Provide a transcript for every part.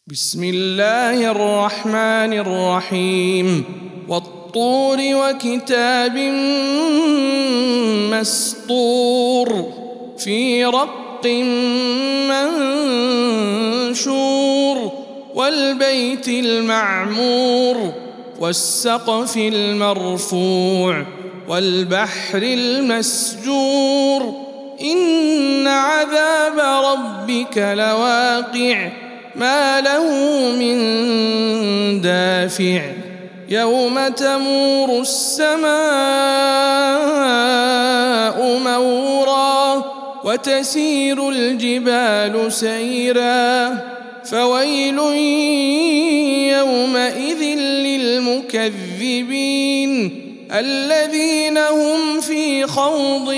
بسم الله الرحمن الرحيم والطور وكتاب مسطور في رق منشور والبيت المعمور والسقف المرفوع والبحر المسجور إن عذاب ربك لواقع ما له من دافع يوم تمور السماء مورا وتسير الجبال سيرا فويل يومئذ للمكذبين الذين هم في خوض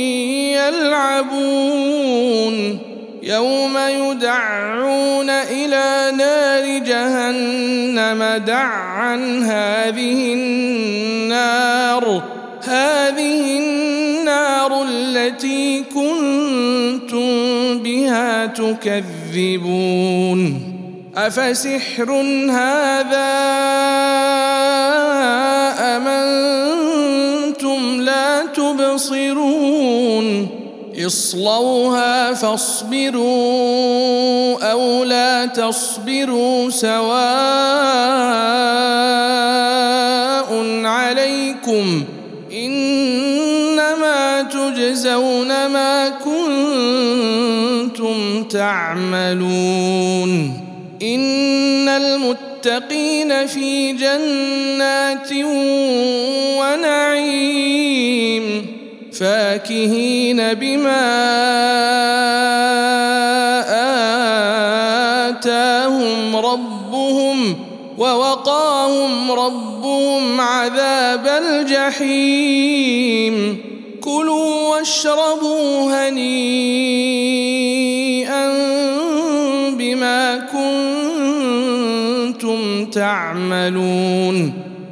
يلعبون يوم يدعون إلى نار جهنم دعا هذه النار التي كنتم بها تكذبون أفسحر هذا أم أنتم لا تبصرون اصلوها فاصبروا أو لا تصبروا سواء عليكم إنما تجزون ما كنتم تعملون إن المتقين في جنات ونعيم فاكهين بما آتاهم ربهم ووقاهم ربهم عذاب الجحيم كلوا واشربوا هنيئا بما كنتم تعملون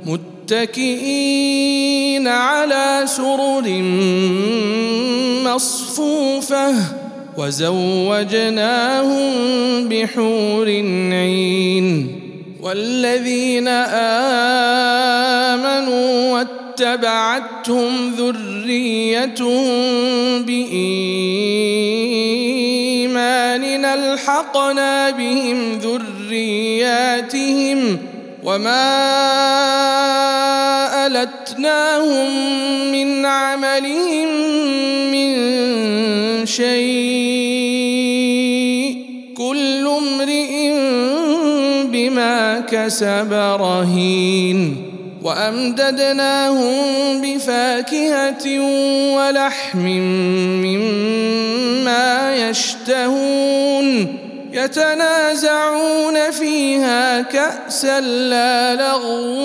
متكئين على سرر مصفوفة وزوجناهم بحور عين والذين آمنوا واتبعتهم ذريتهم بإيمان ألحقنا بهم ذرياتهم وما ألتناهم من عملهم من شيء كل امرئ بما كسب رهين وأمددناهم بفاكهة ولحم مما يشتهون يتنازعون فيها كأسا لا لغو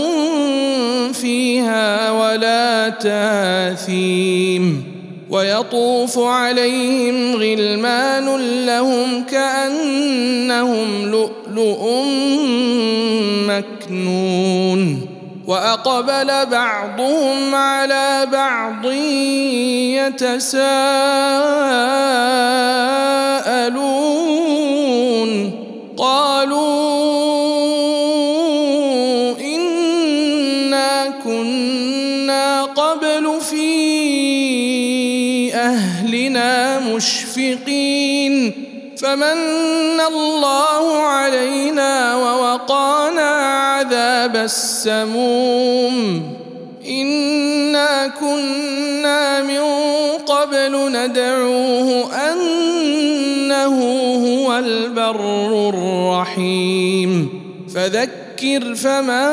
فيها ولا تاثيم ويطوف عليهم غلمان لهم كأنهم لؤلؤ مكنون وأقبل بعضهم على بعض يتساءلون قالوا إنا كنا قبل في أهلنا مشفقين فمن الله علينا ووقانا عذاب السموم إنا كنا من قبل ندعوه أنه هو البر الرحيم فذكر فما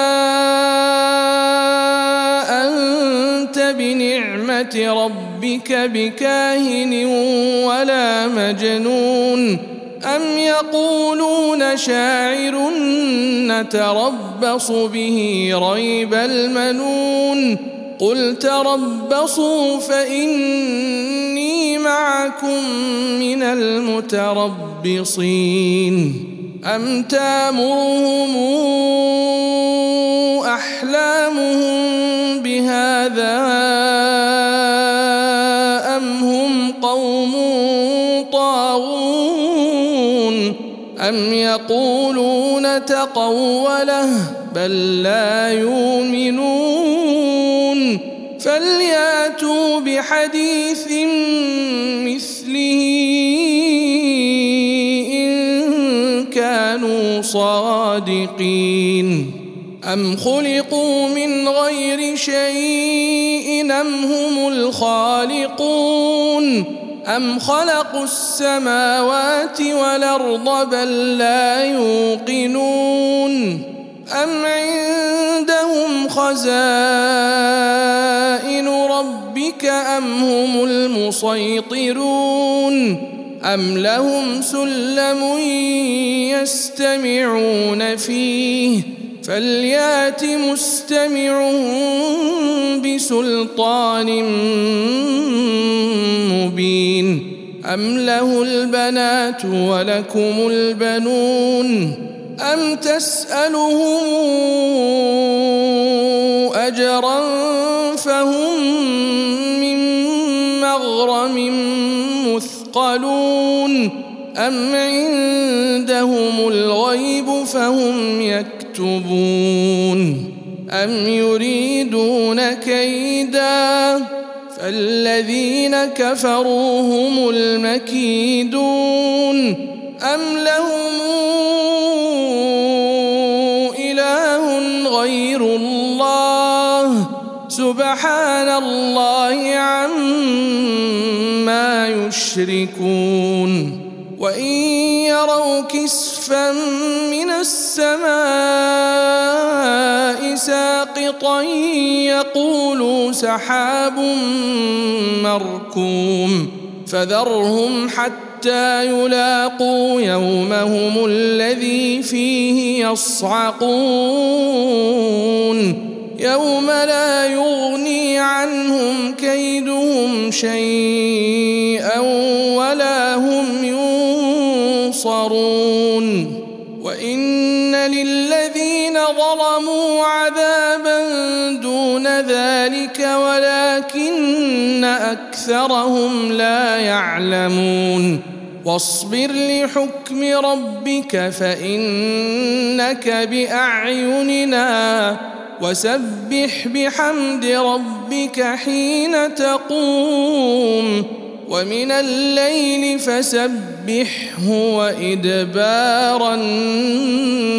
أنت بنعمة ربك بكاهن ولا مجنون أم يقولون شاعر نتربص به ريب المنون قل تربصوا فإني معكم من المتربصين أم تامرهم أحلامهم بهذا أم هم قوم طاغون أم يقولون تقوله بل لا يؤمنون فلياتوا بحديث مثله إن كانوا صادقين أم خلقوا من غير شيء أم هم الخالقون أم خلقوا السماوات والأرض بل لا يوقنون أم عندهم خزائن ربك أم هم المسيطرون أم لهم سلم يستمعون فيه فليات مستمعهم بسلطان مبين أم له البنات ولكم البنون أم تسألهم أجرا فهم من مغرم مثقلون أم عندهم الغيب فهم يكتبون أم يريدون كيدا فالذين كفروا هم المكيدون أم لهم إله غير الله سبحان الله عما يشركون وإن يروا كسفا من السماء ساقطا يقولوا سحاب مركوم فذرهم حتى يلاقوا يومهم الذي فيه يصعقون يوم لا يغني عنهم كيدهم شيئا ولا هم ينصرون وإن للذين ظلموا عذابا دون ذلك ولكن أكثرهم لا يعلمون واصبر لحكم ربك فإنك بأعيننا وسبح بحمد ربك حين تقوم ومن الليل فسبحه وإدبار النجوم